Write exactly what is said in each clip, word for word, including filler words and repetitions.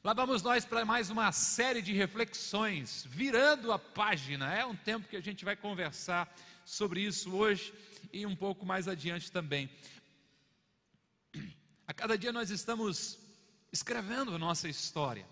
Lá vamos nós para mais uma série de reflexões, virando a página. É um tempo que a gente vai conversar sobre isso hoje e um pouco mais adiante também. A cada dia nós estamos escrevendo a nossa história.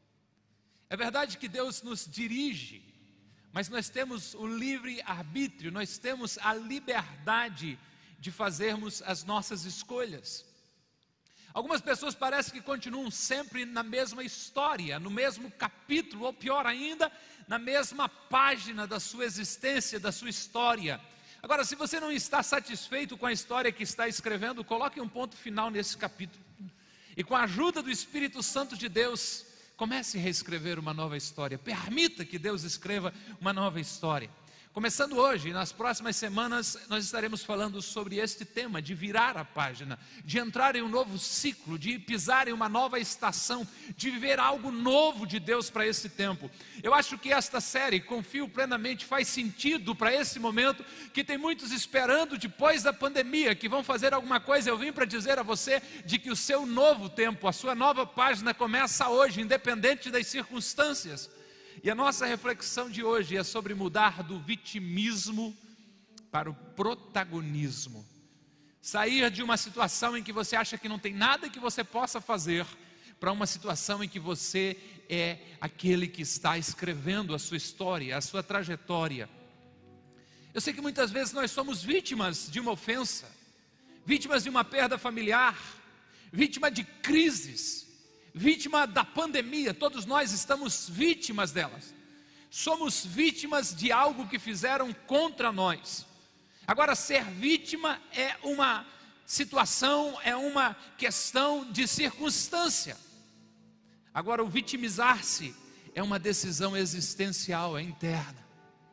É verdade que Deus nos dirige, mas nós temos o livre arbítrio, nós temos a liberdade de fazermos as nossas escolhas. Algumas pessoas parecem que continuam sempre na mesma história, no mesmo capítulo, ou pior ainda, na mesma página da sua existência, da sua história. Agora, se você não está satisfeito com a história que está escrevendo, coloque um ponto final nesse capítulo. E com a ajuda do Espírito Santo de Deus, comece a reescrever uma nova história. Permita que Deus escreva uma nova história. Começando hoje, nas próximas semanas, nós estaremos falando sobre este tema, de virar a página, de entrar em um novo ciclo, de pisar em uma nova estação, de viver algo novo de Deus para esse tempo. Eu acho que esta série, confio plenamente, faz sentido para esse momento, que tem muitos esperando depois da pandemia, que vão fazer alguma coisa. Eu vim para dizer a você de que o seu novo tempo, a sua nova página começa hoje, independente das circunstâncias. E a nossa reflexão de hoje é sobre mudar do vitimismo para o protagonismo. Sair de uma situação em que você acha que não tem nada que você possa fazer, para uma situação em que você é aquele que está escrevendo a sua história, a sua trajetória. Eu sei que muitas vezes nós somos vítimas de uma ofensa, vítimas de uma perda familiar, vítima de crises, vítima da pandemia. Todos nós estamos vítimas delas. Somos vítimas de algo que fizeram contra nós. Agora, ser vítima é uma situação, é uma questão de circunstância. Agora, o vitimizar-se é uma decisão existencial, é interna.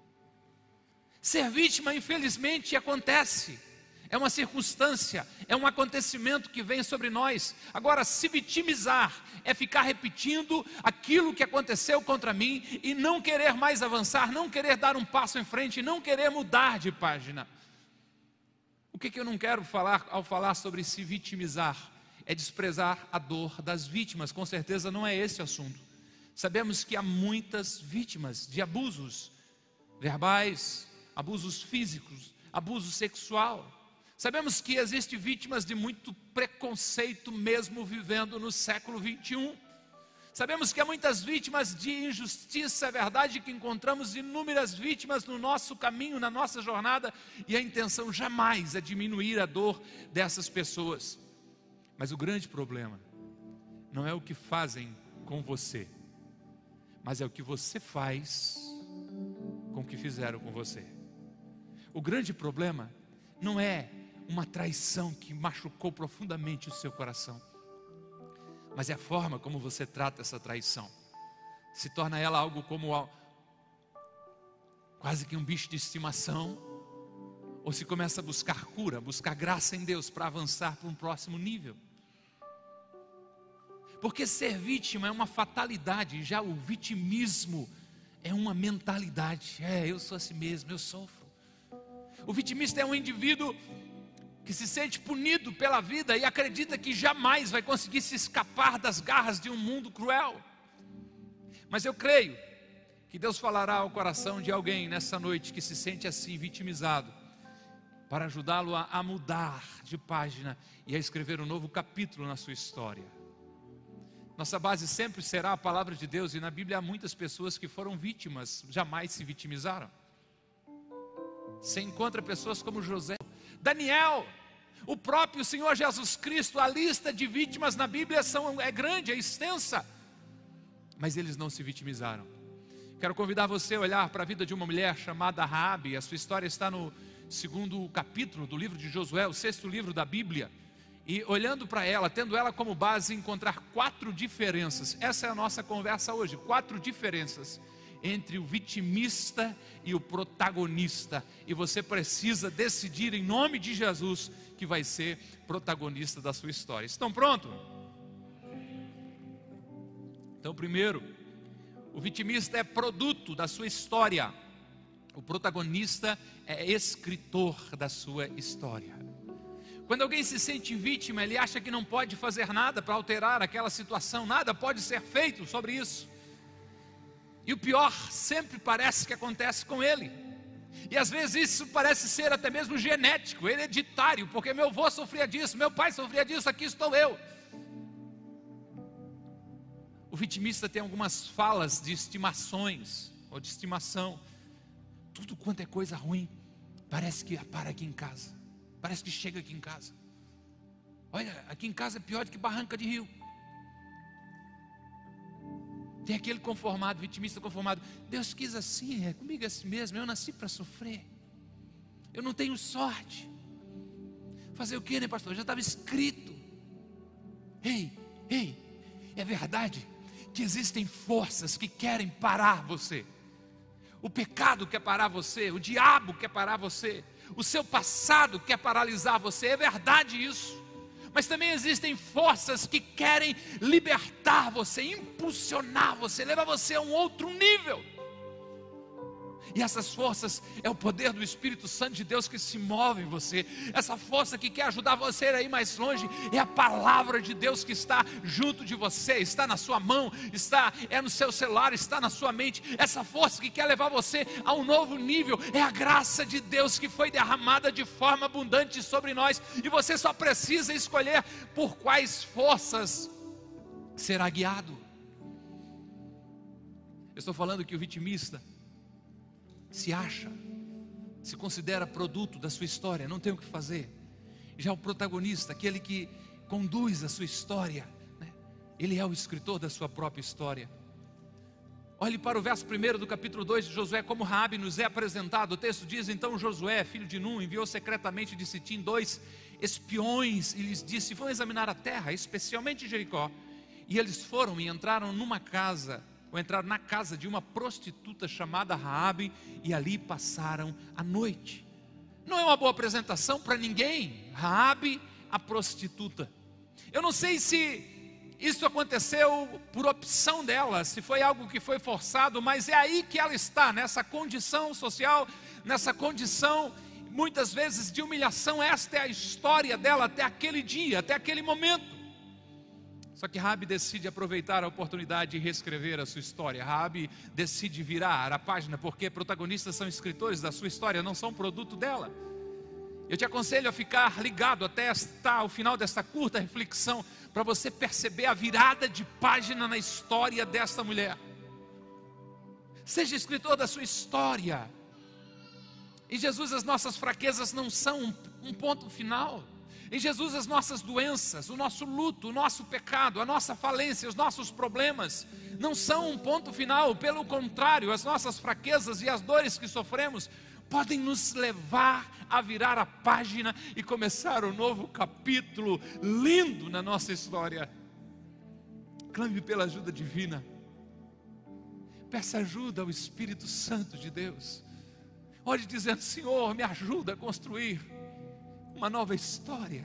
Ser vítima, infelizmente, acontece. É uma circunstância, é um acontecimento que vem sobre nós. Agora, se vitimizar é ficar repetindo aquilo que aconteceu contra mim e não querer mais avançar, não querer dar um passo em frente, não querer mudar de página. O que, que eu não quero falar ao falar sobre se vitimizar? É desprezar a dor das vítimas. Com certeza não é esse o assunto. Sabemos que há muitas vítimas de abusos verbais, abusos físicos, abuso sexual. Sabemos que existem vítimas de muito preconceito mesmo vivendo no século vinte e um. Sabemos que há muitas vítimas de injustiça. É verdade que encontramos inúmeras vítimas no nosso caminho, na nossa jornada, e a intenção jamais é diminuir a dor dessas pessoas. Mas o grande problema não é o que fazem com você, mas é o que você faz com o que fizeram com você. O grande problema não é uma traição que machucou profundamente o seu coração, mas é a forma como você trata essa traição. Se torna ela algo como quase que um bicho de estimação, ou se começa a buscar cura, buscar graça em Deus para avançar para um próximo nível. Porque ser vítima é uma fatalidade, já o vitimismo é uma mentalidade. É, eu sou assim mesmo, eu sofro. O vitimista é um indivíduo que se sente punido pela vida e acredita que jamais vai conseguir se escapar das garras de um mundo cruel. Mas eu creio que Deus falará ao coração de alguém nessa noite que se sente assim vitimizado, para ajudá-lo a, a mudar de página e a escrever um novo capítulo na sua história. Nossa base sempre será a palavra de Deus, e na Bíblia há muitas pessoas que foram vítimas, jamais se vitimizaram. Você encontra pessoas como José, Daniel, o próprio Senhor Jesus Cristo. A lista de vítimas na Bíblia são, é grande, é extensa, mas eles não se vitimizaram. Quero convidar você a olhar para a vida de uma mulher chamada Raabe. A sua história está no segundo capítulo do livro de Josué, o sexto livro da Bíblia. E olhando para ela, tendo ela como base, encontrar quatro diferenças. Essa é a nossa conversa hoje, quatro diferenças entre o vitimista e o protagonista. E você precisa decidir em nome de Jesus que vai ser protagonista da sua história. Estão prontos? Então, primeiro, o vitimista é produto da sua história. O protagonista é escritor da sua história. Quando alguém se sente vítima, ele acha que não pode fazer nada para alterar aquela situação, nada pode ser feito sobre isso. E o pior sempre parece que acontece com ele. E às vezes isso parece ser até mesmo genético, hereditário, porque meu avô sofria disso, meu pai sofria disso, aqui estou eu. O vitimista tem algumas falas de estimações, ou de estimação. Tudo quanto é coisa ruim, parece que para aqui em casa. Parece que chega aqui em casa. Olha, aqui em casa é pior do que barranca de rio. Tem aquele conformado, vitimista conformado. Deus quis assim, é comigo assim mesmo. Eu nasci para sofrer. Eu não tenho sorte. Fazer o que, né, pastor? Já estava escrito. Ei, ei, é verdade que existem forças que querem parar você. O pecado quer parar você, o diabo quer parar você, o seu passado quer paralisar você, é verdade isso. Mas também existem forças que querem libertar você, impulsionar você, levar você a um outro nível. E essas forças é o poder do Espírito Santo de Deus que se move em você. Essa força que quer ajudar você a ir mais longe é a palavra de Deus que está junto de você, está na sua mão, está é no seu celular, está na sua mente. Essa força que quer levar você a um novo nível é a graça de Deus que foi derramada de forma abundante sobre nós. E você só precisa escolher por quais forças será guiado. Eu estou falando que o vitimista se acha, se considera produto da sua história, não tem o que fazer. Já o protagonista, aquele que conduz a sua história, né? Ele é o escritor da sua própria história. Olhe para o verso primeiro do capítulo dois de Josué, como Raabe nos é apresentado. O texto diz: então Josué, filho de Num, enviou secretamente de Sitim dois espiões e lhes disse: vão examinar a terra, especialmente Jericó. E eles foram e entraram numa casa, ou entraram na casa de uma prostituta chamada Raabe, e ali passaram a noite. Não é uma boa apresentação para ninguém, Raabe, a prostituta. Eu não sei se isso aconteceu por opção dela, se foi algo que foi forçado, mas é aí que ela está, nessa condição social, nessa condição muitas vezes de humilhação. Esta é a história dela até aquele dia, até aquele momento. Só que Raabe decide aproveitar a oportunidade de reescrever a sua história. Raabe decide virar a página, porque protagonistas são escritores da sua história, não são produto dela. Eu te aconselho a ficar ligado até esta, o final desta curta reflexão, para você perceber a virada de página na história desta mulher. Seja escritor da sua história. Em Jesus as nossas fraquezas não são um, um ponto final. Em Jesus as nossas doenças, o nosso luto, o nosso pecado, a nossa falência, os nossos problemas não são um ponto final. Pelo contrário, as nossas fraquezas e as dores que sofremos podem nos levar a virar a página e começar um novo capítulo lindo na nossa história. Clame pela ajuda divina. Peça ajuda ao Espírito Santo de Deus. Ore dizendo: Senhor, me ajuda a construir uma nova história.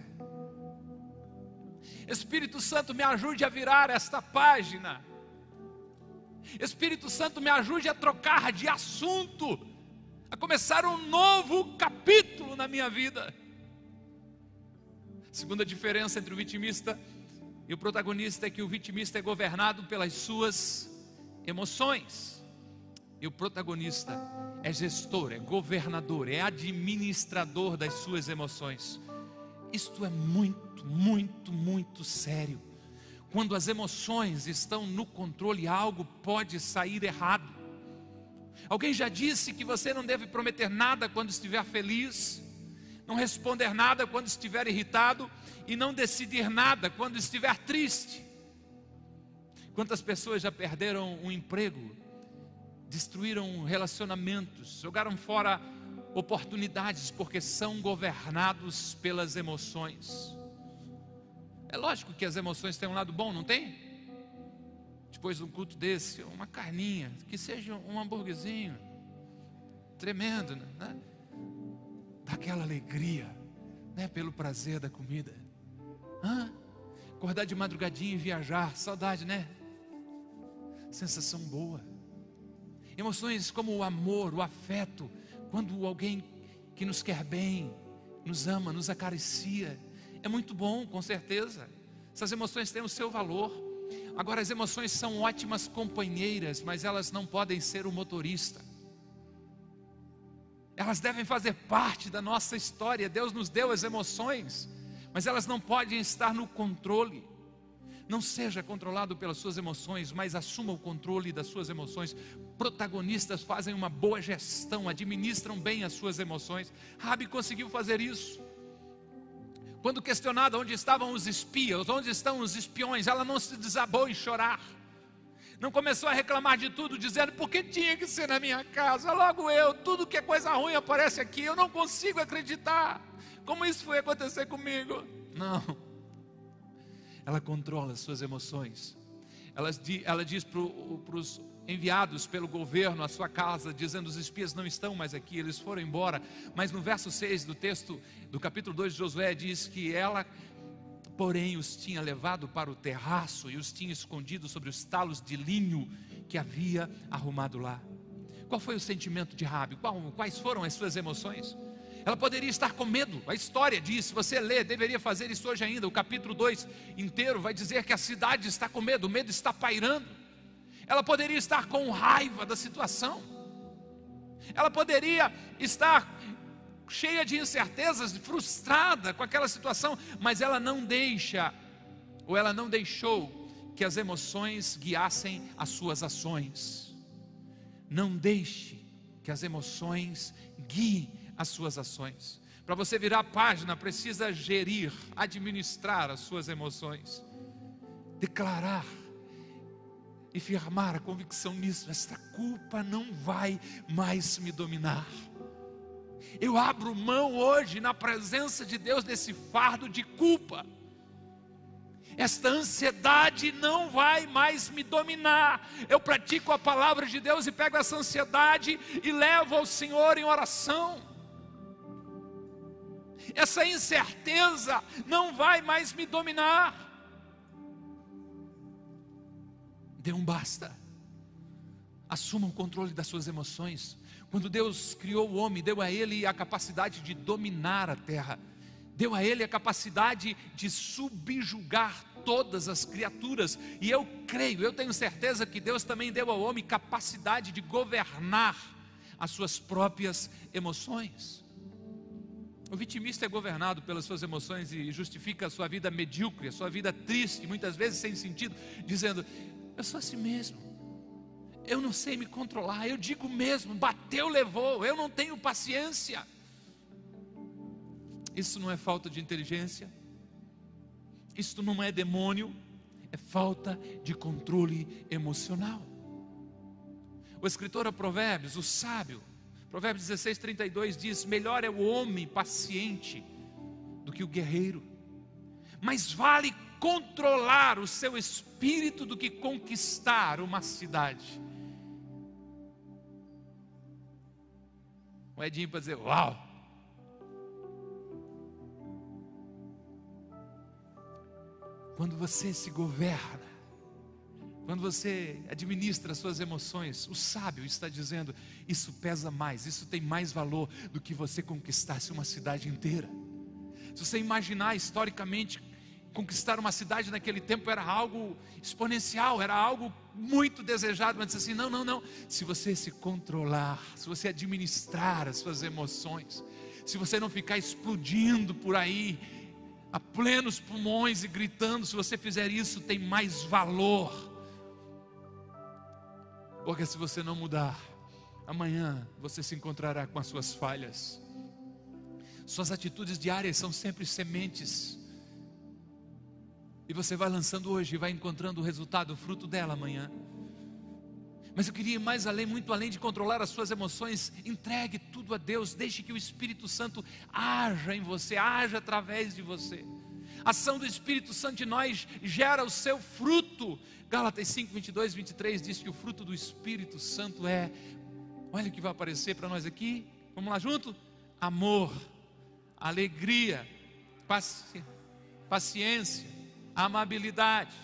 Espírito Santo, me ajude a virar esta página. Espírito Santo, me ajude a trocar de assunto, a começar um novo capítulo na minha vida. Segunda diferença entre o vitimista e o protagonista é que o vitimista é governado pelas suas emoções, e o protagonista é gestor, é governador, é administrador das suas emoções. Isto é muito, muito, muito sério. Quando as emoções estão no controle, algo pode sair errado. Alguém já disse que você não deve prometer nada quando estiver feliz, não responder nada quando estiver irritado e não decidir nada quando estiver triste. Quantas pessoas já perderam um emprego, destruíram relacionamentos, jogaram fora oportunidades porque são governados pelas emoções. É lógico que as emoções têm um lado bom, não tem? Depois de um culto desse, uma carninha, que seja um hambúrguerzinho tremendo, né? Dá aquela alegria, né? Pelo prazer da comida. Hã? Acordar de madrugadinha e viajar, saudade, né? Sensação boa. Emoções como o amor, o afeto, quando alguém que nos quer bem, nos ama, nos acaricia, é muito bom, com certeza. Essas emoções têm o seu valor. Agora, as emoções são ótimas companheiras, mas elas não podem ser o motorista. Elas devem fazer parte da nossa história. Deus nos deu as emoções, mas elas não podem estar no controle. Não seja controlado pelas suas emoções, mas assuma o controle das suas emoções. Protagonistas fazem uma boa gestão, administram bem as suas emoções. Rabi conseguiu fazer isso. Quando questionada onde estavam os espias, onde estão os espiões, ela não se desabou em chorar. Não começou a reclamar de tudo, dizendo: por que tinha que ser na minha casa? Logo eu, tudo que é coisa ruim aparece aqui, eu não consigo acreditar. Como isso foi acontecer comigo? Não. Ela controla as suas emoções. Ela, ela diz para os enviados pelo governo à sua casa, dizendo: os espias não estão mais aqui, eles foram embora. Mas no verso seis do texto do capítulo dois de Josué diz que ela, porém, os tinha levado para o terraço e os tinha escondido sobre os talos de linho que havia arrumado lá. Qual foi o sentimento de Rabi? Quais foram as suas emoções? Ela poderia estar com medo. A história diz, se você ler, deveria fazer isso hoje ainda. O capítulo dois inteiro vai dizer que a cidade está com medo, o medo está pairando. Ela poderia estar com raiva da situação. Ela poderia estar cheia de incertezas, frustrada com aquela situação, mas ela não deixa, ou ela não deixou que as emoções guiassem as suas ações. Não deixe que as emoções guiem as suas ações. Para você virar a página, precisa gerir, administrar as suas emoções, declarar e firmar a convicção nisso: esta culpa não vai mais me dominar. Eu abro mão hoje na presença de Deus desse fardo de culpa. Esta ansiedade não vai mais me dominar. Eu pratico a palavra de Deus e pego essa ansiedade e levo ao Senhor em oração. Essa incerteza não vai mais me dominar. Dê um basta. Assuma o controle das suas emoções. Quando Deus criou o homem, deu a ele a capacidade de dominar a terra. Deu a ele a capacidade de subjugar todas as criaturas. E eu creio, eu tenho certeza que Deus também deu ao homem capacidade de governar as suas próprias emoções. O vitimista é governado pelas suas emoções e justifica a sua vida medíocre, a sua vida triste, muitas vezes sem sentido, dizendo: eu sou assim mesmo, eu não sei me controlar, eu digo mesmo, bateu, levou, eu não tenho paciência. Isso não é falta de inteligência, isso não é demônio, é falta de controle emocional. O escritor de Provérbios, o sábio, Provérbios dezesseis, trinta e dois diz: melhor é o homem paciente do que o guerreiro, mais vale controlar o seu espírito do que conquistar uma cidade. O Edinho para dizer: uau! Quando você se governa, quando você administra as suas emoções, o sábio está dizendo: isso pesa mais, isso tem mais valor do que você conquistasse uma cidade inteira. Se você imaginar historicamente, conquistar uma cidade naquele tempo era algo exponencial, era algo muito desejado, mas assim, não, não, não. Se você se controlar, se você administrar as suas emoções, se você não ficar explodindo por aí, a plenos pulmões e gritando, se você fizer isso, tem mais valor. Porque se você não mudar, amanhã você se encontrará com as suas falhas. Suas atitudes diárias são sempre sementes, e você vai lançando hoje e vai encontrando o resultado, o fruto dela amanhã. Mas eu queria ir mais além, muito além de controlar as suas emoções. Entregue tudo a Deus, deixe que o Espírito Santo haja em você, haja através de você. A ação do Espírito Santo em nós gera o seu fruto. Gálatas cinco, vinte e dois, vinte e três diz que o fruto do Espírito Santo é, olha o que vai aparecer para nós aqui, vamos lá junto: amor, alegria, paci- paciência, amabilidade.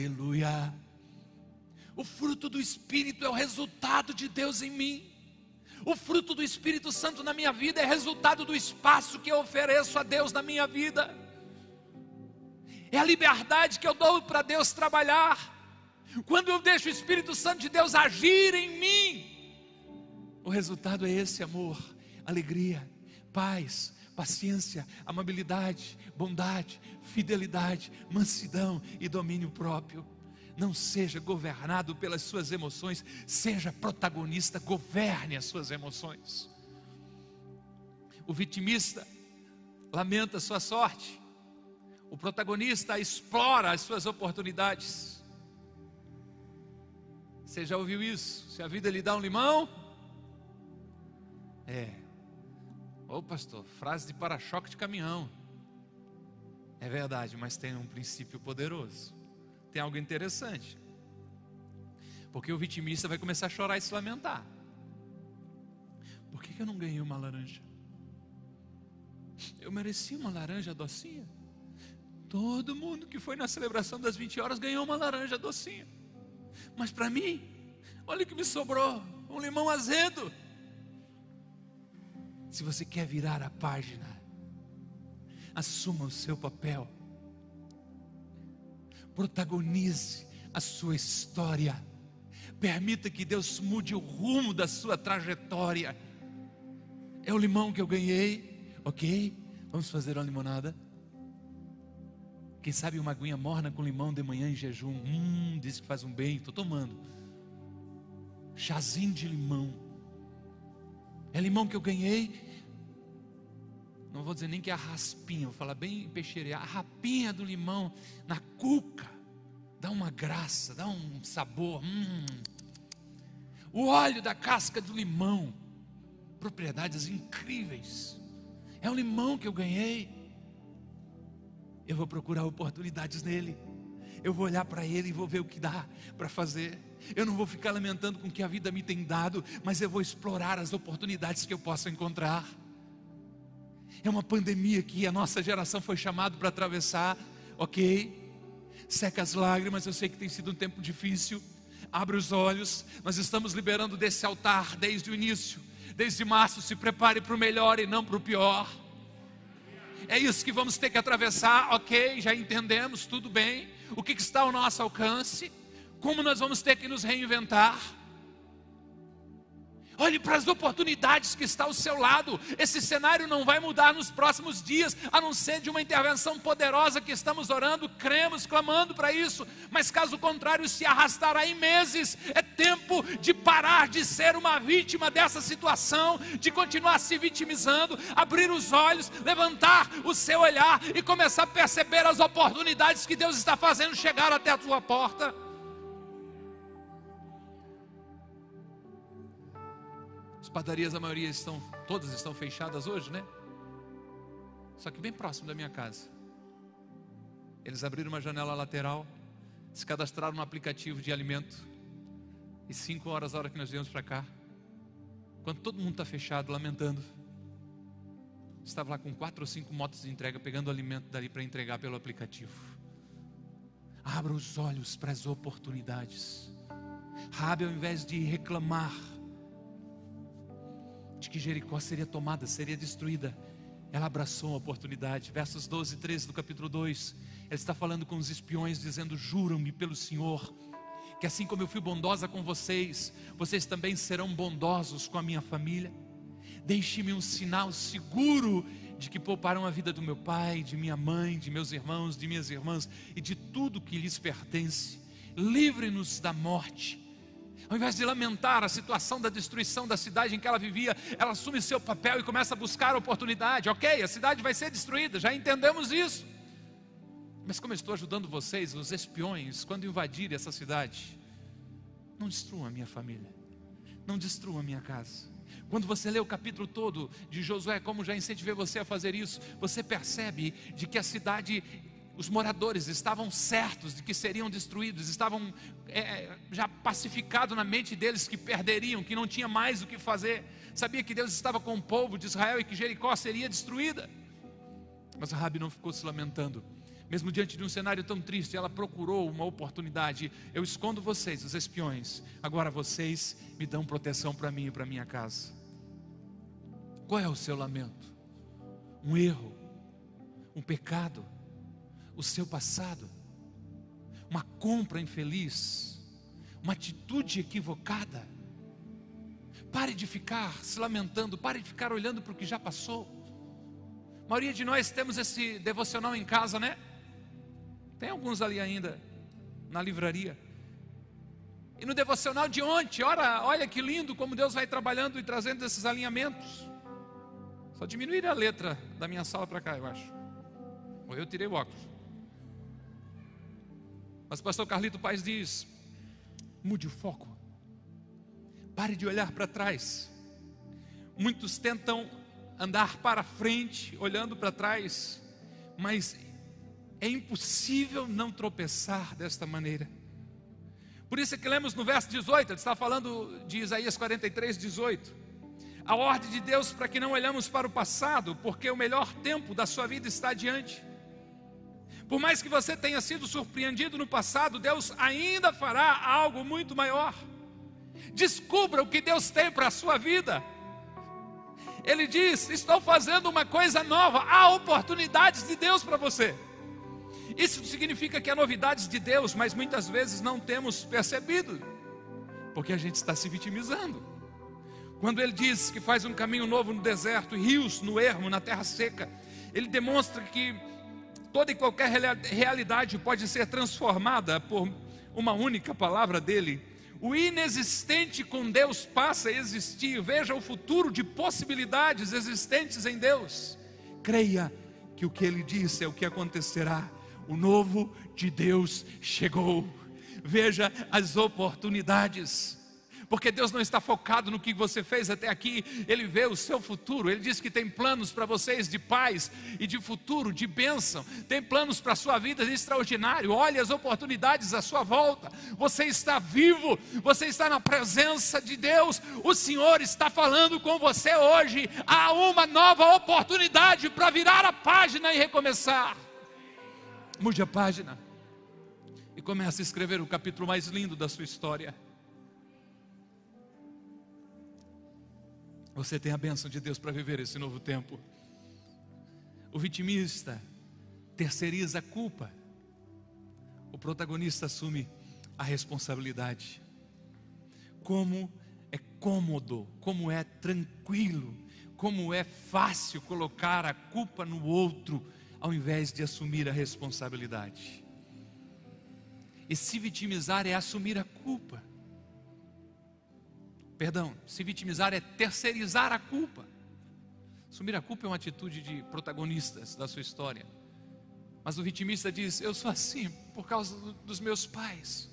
Aleluia. O fruto do Espírito é o resultado de Deus em mim. O fruto do Espírito Santo na minha vida é resultado do espaço que eu ofereço a Deus na minha vida. É a liberdade que eu dou para Deus trabalhar. Quando eu deixo o Espírito Santo de Deus agir em mim, o resultado é esse: amor, alegria, paz, paciência, amabilidade, bondade, fidelidade, mansidão e domínio próprio. Não seja governado pelas suas emoções, seja protagonista, governe as suas emoções. O vitimista lamenta a sua sorte, o protagonista explora as suas oportunidades. Você já ouviu isso? Se a vida lhe dá um limão, é, ô pastor, frase de para-choque de caminhão. É verdade, mas tem um princípio poderoso. Tem algo interessante, porque o vitimista vai começar a chorar e se lamentar. Por que que eu não ganhei uma laranja? Eu merecia uma laranja docinha. Todo mundo que foi na celebração das vinte horas ganhou uma laranja docinha, mas para mim, olha o que me sobrou, um limão azedo. Se você quer virar a página, assuma o seu papel, protagonize a sua história, permita que Deus mude o rumo da sua trajetória. É o limão que eu ganhei, ok? Vamos fazer uma limonada. Quem sabe uma aguinha morna com limão de manhã em jejum, hum, diz que faz um bem, estou tomando. Chazinho de limão, é limão que eu ganhei. Não vou dizer nem que é a raspinha, vou falar bem peixeira, a rapinha do limão na cuca, dá uma graça, dá um sabor. Hum. O óleo da casca do limão, propriedades incríveis. É um limão que eu ganhei. Eu vou procurar oportunidades nele. Eu vou olhar para ele e vou ver o que dá para fazer. Eu não vou ficar lamentando com o que a vida me tem dado, mas eu vou explorar as oportunidades que eu posso encontrar. É uma pandemia que a nossa geração foi chamada para atravessar, ok? Seca as lágrimas, eu sei que tem sido um tempo difícil. Abre os olhos, nós estamos liberando desse altar desde o início. Desde março, se prepare para o melhor e não para o pior. É isso que vamos ter que atravessar, ok? Já entendemos, tudo bem. O que está ao nosso alcance? Como nós vamos ter que nos reinventar? Olhe para as oportunidades que estão ao seu lado. Esse cenário não vai mudar nos próximos dias, a não ser de uma intervenção poderosa que estamos orando, cremos, clamando para isso. Mas caso contrário, se arrastará em meses. É tempo de parar de ser uma vítima dessa situação, de continuar se vitimizando, abrir os olhos, levantar o seu olhar e começar a perceber as oportunidades que Deus está fazendo chegar até a tua porta. As padarias, a maioria estão, todas estão fechadas hoje, né? Só que bem próximo da minha casa, eles abriram uma janela lateral, se cadastraram no aplicativo de alimento, e cinco horas, a hora que nós viemos para cá, quando todo mundo está fechado, lamentando, estava lá com quatro ou cinco motos de entrega, pegando alimento dali para entregar pelo aplicativo. Abra os olhos para as oportunidades. Rabi, ao invés de reclamar de que Jericó seria tomada, seria destruída, ela abraçou uma oportunidade. Versos doze e treze do capítulo dois, ela está falando com os espiões, dizendo: juram-me pelo Senhor, que assim como eu fui bondosa com vocês, vocês também serão bondosos com a minha família. Deixe-me um sinal seguro de que pouparão a vida do meu pai, de minha mãe, de meus irmãos, de minhas irmãs e de tudo que lhes pertence. Livre-nos da morte. Ao invés de lamentar a situação da destruição da cidade em que ela vivia, ela assume seu papel e começa a buscar oportunidade. Ok, a cidade vai ser destruída, já entendemos isso. Mas como eu estou ajudando vocês, os espiões, quando invadirem essa cidade, não destruam a minha família, não destruam a minha casa. Quando você lê o capítulo todo de Josué, como já incentivei você a fazer isso, você percebe de que a cidade, os moradores estavam certos de que seriam destruídos, estavam é, já pacificados na mente deles que perderiam, que não tinha mais o que fazer. Sabia que Deus estava com o povo de Israel e que Jericó seria destruída. Mas a Rabi não ficou se lamentando. Mesmo diante de um cenário tão triste, ela procurou uma oportunidade. Eu escondo vocês, os espiões, agora vocês me dão proteção para mim e para minha casa. Qual é o seu lamento? Um erro, um pecado, o seu passado, uma compra infeliz, uma atitude equivocada. Pare de ficar se lamentando, pare de ficar olhando para o que já passou. A maioria de nós temos esse devocional em casa, né? Tem alguns ali ainda na livraria. E no devocional de ontem, olha, olha que lindo como Deus vai trabalhando e trazendo esses alinhamentos. Só diminuir a letra da minha sala para cá, eu acho. Ou eu tirei o óculos. Mas o pastor Carlito Paes diz: mude o foco. Pare de olhar para trás. Muitos tentam andar para frente, olhando para trás, mas é impossível não tropeçar desta maneira. Por isso é que lemos no verso dezoito, ele está falando de Isaías quarenta e três, dezoito. A ordem de Deus para que não olhamos para o passado, porque o melhor tempo da sua vida está adiante. Por mais que você tenha sido surpreendido no passado, Deus ainda fará algo muito maior. Descubra o que Deus tem para a sua vida. Ele diz: estou fazendo uma coisa nova. Há oportunidades de Deus para você. Isso significa que há novidades de Deus, mas muitas vezes não temos percebido, porque a gente está se vitimizando. Quando Ele diz que faz um caminho novo no deserto, rios no ermo, na terra seca, Ele demonstra que toda e qualquer realidade pode ser transformada por uma única palavra dEle. O inexistente com Deus passa a existir. Veja o futuro de possibilidades existentes em Deus. Creia que o que Ele disse é o que acontecerá. O novo de Deus chegou. Veja as oportunidades, porque Deus não está focado no que você fez até aqui. Ele vê o seu futuro. Ele diz que tem planos para vocês de paz e de futuro, de bênção. Tem planos para a sua vida extraordinário. Olhe as oportunidades à sua volta. Você está vivo, você está na presença de Deus. O Senhor está falando com você hoje. Há uma nova oportunidade para virar a página e recomeçar. Mude a página e comece a escrever o capítulo mais lindo da sua história. Você tem a bênção de Deus para viver esse novo tempo. O vitimista terceiriza a culpa. O protagonista assume a responsabilidade. Como é cômodo, como é tranquilo, como é fácil colocar a culpa no outro, ao invés de assumir a responsabilidade. E se vitimizar é assumir a culpa. Perdão, se vitimizar é terceirizar a culpa. Assumir a culpa é uma atitude de protagonistas da sua história. Mas o vitimista diz: eu sou assim por causa do, dos meus pais.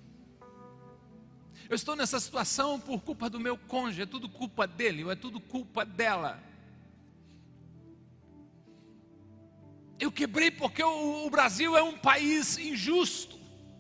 Eu estou nessa situação por culpa do meu cônjuge. É tudo culpa dele ou é tudo culpa dela. Eu quebrei porque o, o Brasil é um país injusto.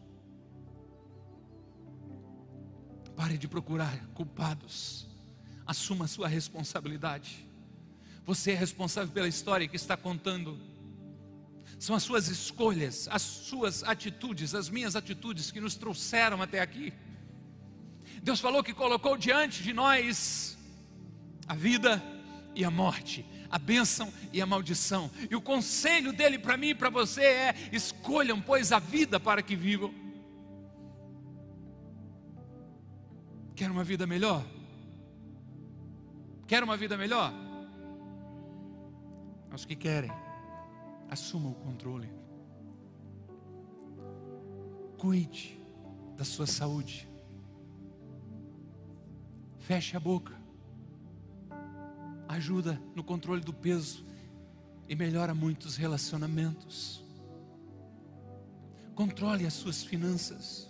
Pare de procurar culpados. Assuma a sua responsabilidade. Você é responsável pela história que está contando. São as suas escolhas, as suas atitudes, as minhas atitudes que nos trouxeram até aqui. Deus falou que colocou diante de nós a vida e a morte, a bênção e a maldição. E o conselho dele para mim e para você é: escolham, pois, a vida para que vivam. Quer uma vida melhor? Quer uma vida melhor? Os que querem, assumam o controle. Cuide da sua saúde. Feche a boca. Ajuda no controle do peso e melhora muitos relacionamentos. Controle as suas finanças.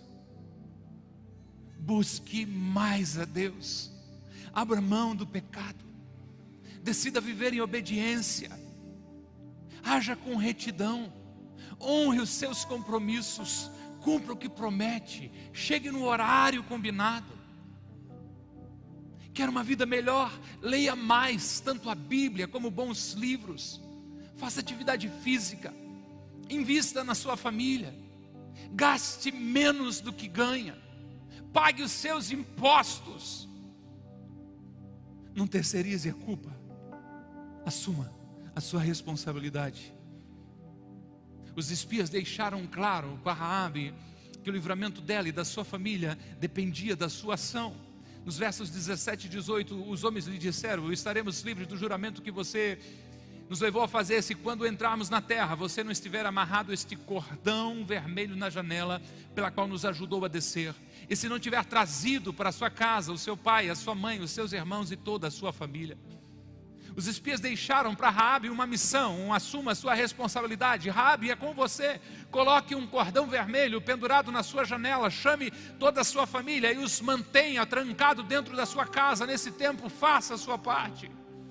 Busque mais a Deus. Abra mão do pecado. Decida viver em obediência. Haja com retidão. Honre os seus compromissos. Cumpra o que promete. Chegue no horário combinado. Quer uma vida melhor? Leia mais, tanto a Bíblia como bons livros. Faça atividade física. Invista na sua família. Gaste menos do que ganha. Pague os seus impostos. Não terceirize a culpa. Assuma a sua responsabilidade. Os espias deixaram claro para Raabe que o livramento dela e da sua família dependia da sua ação. Nos versos dezessete e dezoito, os homens lhe disseram: estaremos livres do juramento que você nos levou a fazer, se quando entrarmos na terra, você não estiver amarrado este cordão vermelho na janela, pela qual nos ajudou a descer, e se não tiver trazido para a sua casa o seu pai, a sua mãe, os seus irmãos e toda a sua família. Os espias deixaram para Raabe uma missão: um, assuma a sua responsabilidade. Raabe, é com você. Coloque um cordão vermelho pendurado na sua janela, chame toda a sua família e os mantenha trancado dentro da sua casa. Nesse tempo, faça a sua parte.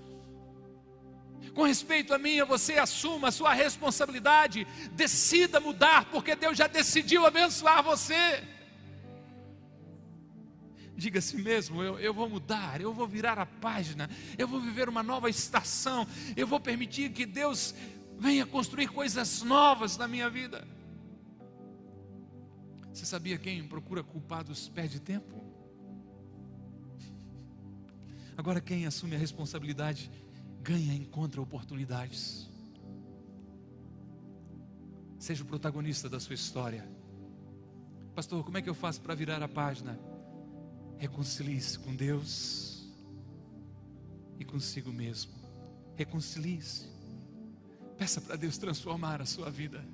Com respeito a mim, a você, assuma a sua responsabilidade. Decida mudar, porque Deus já decidiu abençoar você. Diga a si mesmo: eu, eu vou mudar, eu vou virar a página, eu vou viver uma nova estação, eu vou permitir que Deus venha construir coisas novas na minha vida. Você sabia, quem procura culpados perde tempo? Agora quem assume a responsabilidade ganha, encontra oportunidades. Seja o protagonista da sua história. Pastor, como é que eu faço para virar a página? Reconcilie-se com Deus e consigo mesmo. Reconcilie-se. Peça para Deus transformar a sua vida.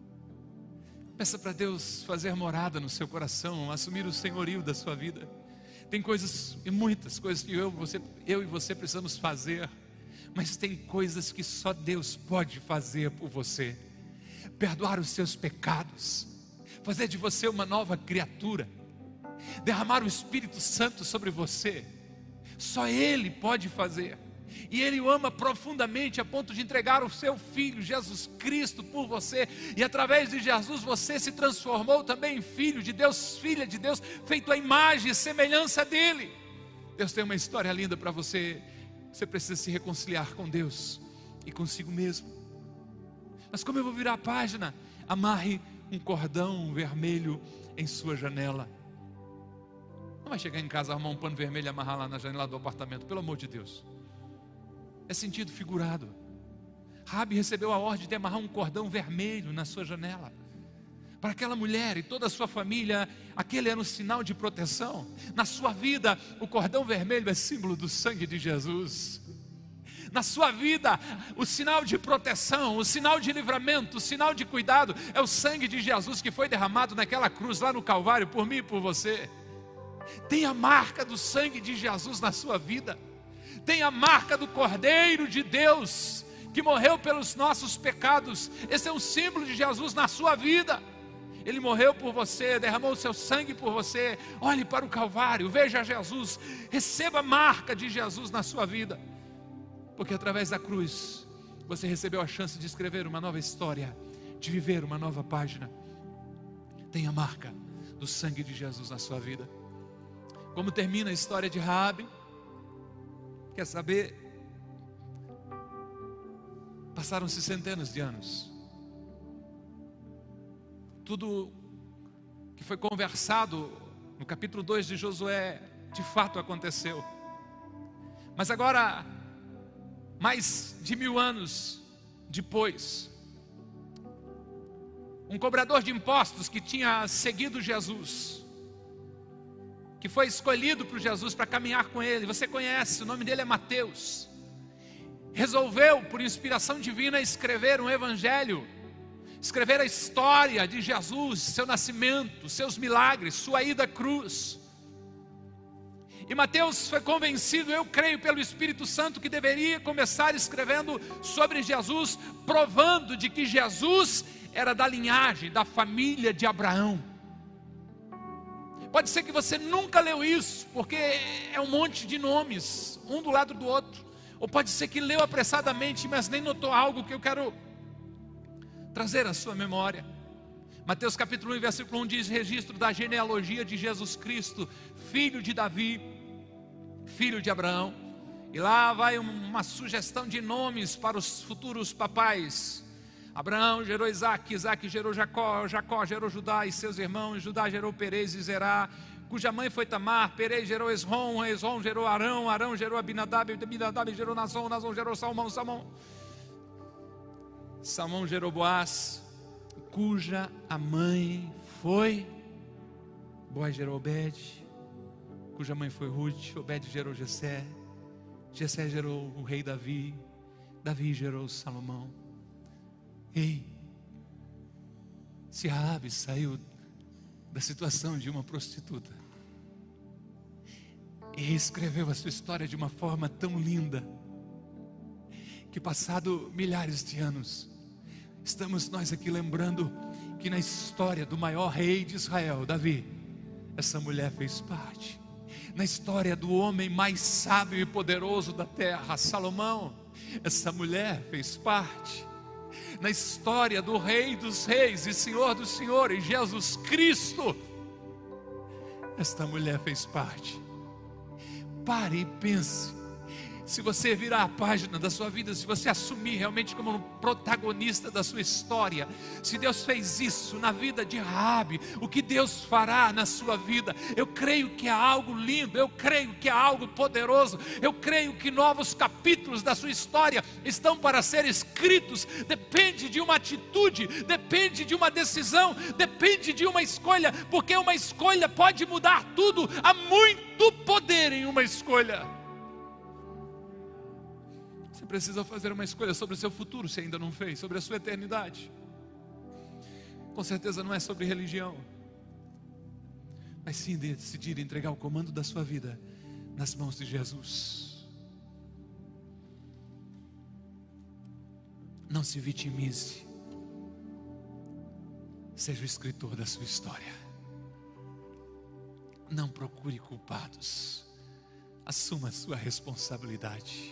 Peça para Deus fazer morada no seu coração, assumir o senhorio da sua vida. Tem coisas, e muitas coisas que eu, você, eu e você precisamos fazer, mas tem coisas que só Deus pode fazer por você. Perdoar os seus pecados, fazer de você uma nova criatura, derramar o Espírito Santo sobre você. Só Ele pode fazer. E Ele o ama profundamente a ponto de entregar o seu Filho Jesus Cristo por você. E através de Jesus você se transformou também em filho de Deus, filha de Deus, feito à imagem e semelhança dEle. Deus tem uma história linda para você. Você precisa se reconciliar com Deus e consigo mesmo. Mas como eu vou virar a página? Amarre um cordão vermelho em sua janela. Não vai chegar em casa, arrumar um pano vermelho e amarrar lá na janela do apartamento, pelo amor de Deus. É sentido figurado. Raabe recebeu a ordem de amarrar um cordão vermelho na sua janela. Para aquela mulher e toda a sua família, aquele era um sinal de proteção. Na sua vida, o cordão vermelho é símbolo do sangue de Jesus. Na sua vida, o sinal de proteção, o sinal de livramento, o sinal de cuidado é o sangue de Jesus que foi derramado naquela cruz lá no Calvário por mim e por você. Tem a marca do sangue de Jesus na sua vida. Tem a marca do Cordeiro de Deus que morreu pelos nossos pecados. Esse é um símbolo de Jesus na sua vida. Ele morreu por você, derramou o seu sangue por você. Olhe para o Calvário, veja Jesus, receba a marca de Jesus na sua vida, porque através da cruz você recebeu a chance de escrever uma nova história, de viver uma nova página. Tem a marca do sangue de Jesus na sua vida. Como termina a história de Raabe? Quer saber? Passaram-se centenas de anos. Tudo que foi conversado no capítulo dois de Josué, de fato aconteceu. Mas agora, mais de mil anos depois, um cobrador de impostos que tinha seguido Jesus, que foi escolhido por Jesus para caminhar com ele, você conhece, o nome dele é Mateus, resolveu, por inspiração divina, escrever um evangelho, escrever a história de Jesus, seu nascimento, seus milagres, sua ida à cruz. E Mateus foi convencido, eu creio, pelo Espírito Santo, que deveria começar escrevendo sobre Jesus, provando de que Jesus era da linhagem, da família de Abraão. Pode ser que você nunca leu isso, porque é um monte de nomes, um do lado do outro. Ou pode ser que leu apressadamente, mas nem notou algo que eu quero trazer à sua memória. Mateus capítulo um, versículo um diz: registro da genealogia de Jesus Cristo, filho de Davi, filho de Abraão. E lá vai uma sugestão de nomes para os futuros papais. Abraão gerou Isaac, Isaac gerou Jacó, Jacó gerou Judá e seus irmãos, Judá gerou Perez e Zerá, cuja mãe foi Tamar. Perez gerou Esrom, Esrom gerou Arão, Arão gerou Abinadab, Abinadab gerou Nazon, Nazon gerou Salmão, Salmão, Salmão gerou Boaz, cuja a mãe foi Boaz gerou Obed, cuja mãe foi Ruth, Obed gerou Jessé, Jessé gerou o rei Davi, Davi gerou Salomão. Ei, se Raabe saiu da situação de uma prostituta e escreveu a sua história de uma forma tão linda, que passado milhares de anos, estamos nós aqui lembrando que na história do maior rei de Israel, Davi, essa mulher fez parte. Na história do homem mais sábio e poderoso da terra, Salomão, essa mulher fez parte. Na história do Rei dos Reis e Senhor dos Senhores, Jesus Cristo, esta mulher fez parte. Pare e pense. Se você virar a página da sua vida, se você assumir realmente como um protagonista da sua história, se Deus fez isso na vida de Raabe, o que Deus fará na sua vida? Eu creio que é algo lindo, eu creio que é algo poderoso, eu creio que novos capítulos da sua história estão para ser escritos. Depende de uma atitude, depende de uma decisão, depende de uma escolha, porque uma escolha pode mudar tudo. Há muito poder em uma escolha. Você precisa fazer uma escolha sobre o seu futuro, se ainda não fez, sobre a sua eternidade. Com certeza não é sobre religião, mas sim decidir entregar o comando da sua vida nas mãos de Jesus. Não se vitimize, seja o escritor da sua história. Não procure culpados, assuma a sua responsabilidade.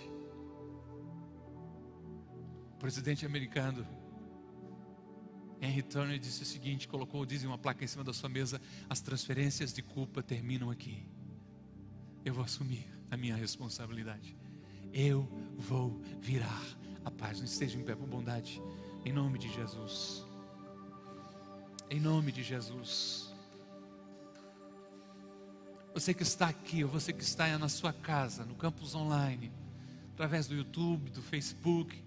O presidente americano Henry Turner disse o seguinte, colocou, diz uma placa em cima da sua mesa: as transferências de culpa terminam aqui. Eu vou assumir a minha responsabilidade. Eu vou virar a página. Esteja em pé por bondade, em nome de Jesus. Em nome de Jesus. Você que está aqui, ou você que está na sua casa, no campus online, através do YouTube, do Facebook,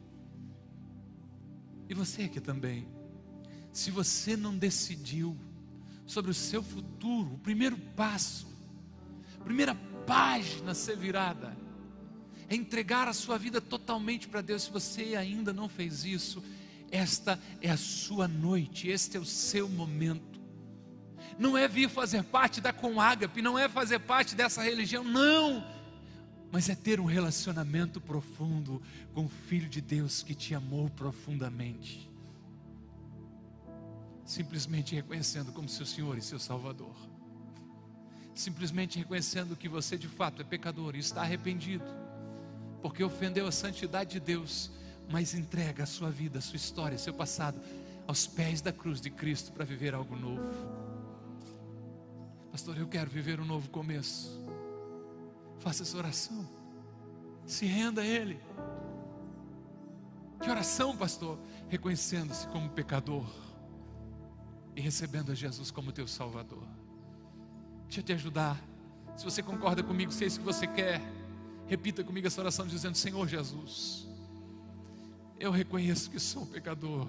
e você aqui também, se você não decidiu sobre o seu futuro, o primeiro passo, a primeira página a ser virada, é entregar a sua vida totalmente para Deus. Se você ainda não fez isso, esta é a sua noite, este é o seu momento. Não é vir fazer parte da Comágape, não é fazer parte dessa religião, não, mas é ter um relacionamento profundo com o Filho de Deus que te amou profundamente, simplesmente reconhecendo como seu Senhor e seu Salvador, simplesmente reconhecendo que você de fato é pecador e está arrependido, porque ofendeu a santidade de Deus, mas entrega a sua vida, a sua história, seu passado aos pés da cruz de Cristo para viver algo novo. Pastor, eu quero viver um novo começo. Faça essa oração, se renda a Ele. Que oração, pastor? Reconhecendo-se como pecador e recebendo a Jesus como teu Salvador. Deixa eu te ajudar. Se você concorda comigo, se é isso que você quer, repita comigo essa oração dizendo: Senhor Jesus, eu reconheço que sou pecador,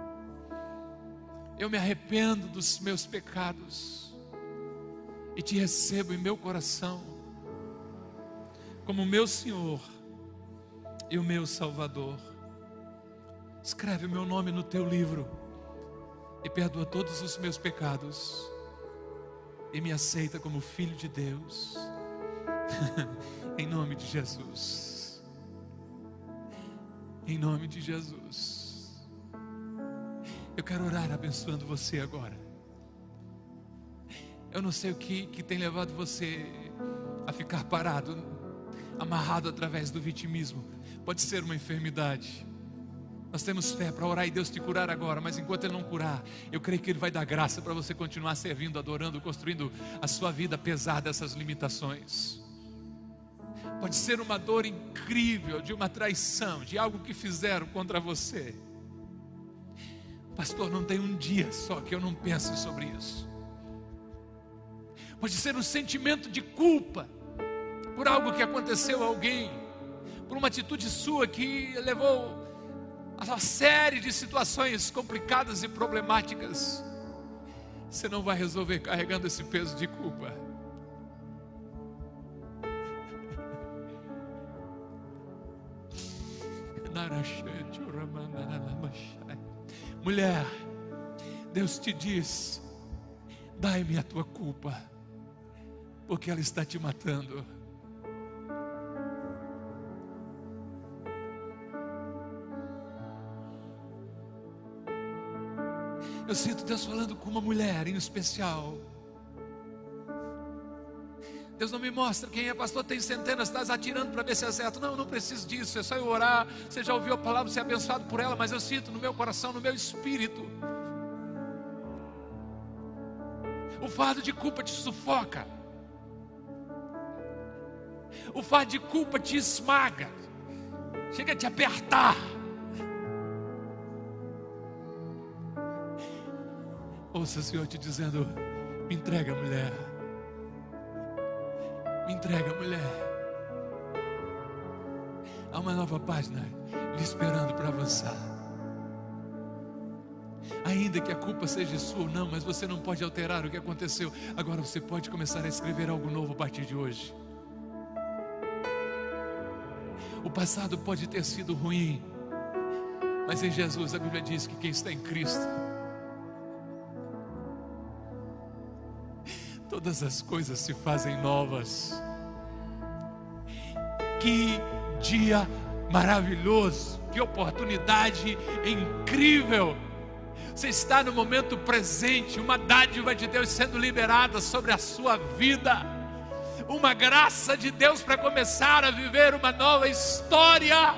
eu me arrependo dos meus pecados e te recebo em meu coração como meu Senhor e o meu Salvador. Escreve o meu nome no teu livro e perdoa todos os meus pecados e me aceita como filho de Deus. Em nome de Jesus. Em nome de Jesus. Eu quero orar abençoando você agora. Eu não sei o que, que tem levado você a ficar parado, amarrado através do vitimismo. Pode ser uma enfermidade. Nós temos fé para orar e Deus te curar agora, mas enquanto Ele não curar, eu creio que Ele vai dar graça para você continuar servindo, adorando, construindo a sua vida apesar dessas limitações. Pode ser uma dor incrível de uma traição, de algo que fizeram contra você. Pastor, não tem um dia só que eu não pense sobre isso. Pode ser um sentimento de culpa por algo que aconteceu a alguém, por uma atitude sua que levou a uma série de situações complicadas e problemáticas. Você não vai resolver carregando esse peso de culpa. Mulher, Deus te diz: dai-me a tua culpa, porque ela está te matando. Eu sinto Deus falando com uma mulher em especial. Deus não me mostra quem é, pastor, tem centenas, está atirando para ver se acerta. Não, eu não preciso disso, é só eu orar. Você já ouviu a palavra, ser abençoado por ela, mas eu sinto no meu coração, no meu espírito, o fardo de culpa te sufoca, o fardo de culpa te esmaga, chega a te apertar. Ouça o Senhor te dizendo: me entrega, mulher. Me entrega, mulher. Há uma nova página lhe esperando para avançar. Ainda que a culpa seja sua ou não, mas você não pode alterar o que aconteceu. Agora você pode começar a escrever algo novo a partir de hoje. O passado pode ter sido ruim, mas em Jesus a Bíblia diz que quem está em Cristo, todas as coisas se fazem novas. Que dia maravilhoso, que oportunidade incrível. Você está no momento presente, uma dádiva de Deus sendo liberada sobre a sua vida, uma graça de Deus para começar a viver uma nova história.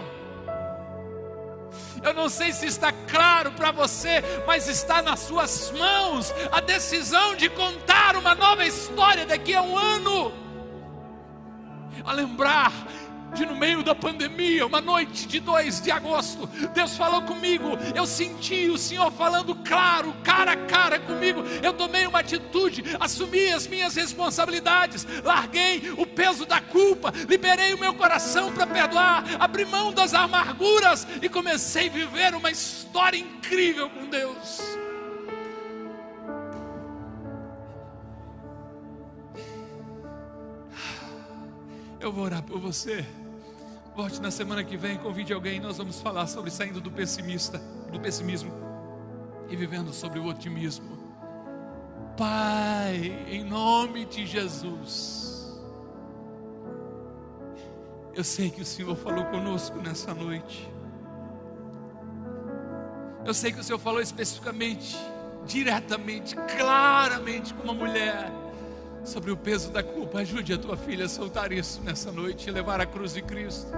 Eu não sei se está claro para você, mas está nas suas mãos a decisão de contar uma nova história daqui a um ano. A lembrar de, no meio da pandemia, uma noite de dois de agosto, Deus falou comigo. Eu senti o Senhor falando claro, cara a cara comigo. Eu tomei uma atitude, assumi as minhas responsabilidades, larguei o peso da culpa, liberei o meu coração para perdoar, abri mão das amarguras e comecei a viver uma história incrível com Deus. Eu vou orar por você. Volte na semana que vem, convide alguém. Nós vamos falar sobre saindo do pessimista, do pessimismo e vivendo sobre o otimismo. Pai, em nome de Jesus, eu sei que o Senhor falou conosco nessa noite. Eu sei que o Senhor falou especificamente, diretamente, claramente com uma mulher sobre o peso da culpa. Ajude a tua filha a soltar isso nessa noite e levar a cruz de Cristo.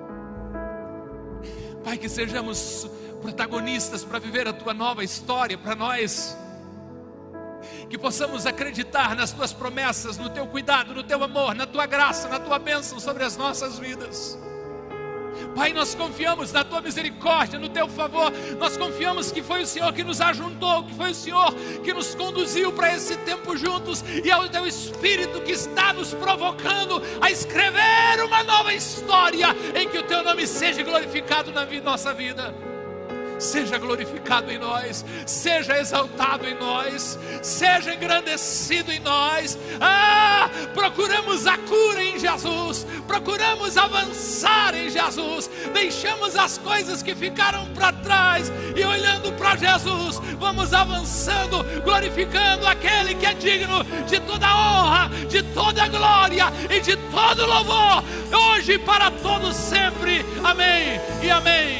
Pai, que sejamos protagonistas para viver a tua nova história para nós, que possamos acreditar nas tuas promessas, no teu cuidado, no teu amor, na tua graça, na tua bênção sobre as nossas vidas. Pai, nós confiamos na tua misericórdia, no teu favor. Nós confiamos que foi o Senhor que nos ajuntou, que foi o Senhor que nos conduziu para esse tempo juntos, e é o teu Espírito que está nos provocando a escrever uma nova história em que o teu nome seja glorificado na nossa vida. Seja glorificado em nós, seja exaltado em nós, seja engrandecido em nós. Ah, procuramos a cura em Jesus, procuramos avançar em Jesus, deixamos as coisas que ficaram para trás e olhando para Jesus, vamos avançando, glorificando aquele que é digno de toda honra, de toda glória e de todo louvor, hoje e para todos sempre. Amém e amém.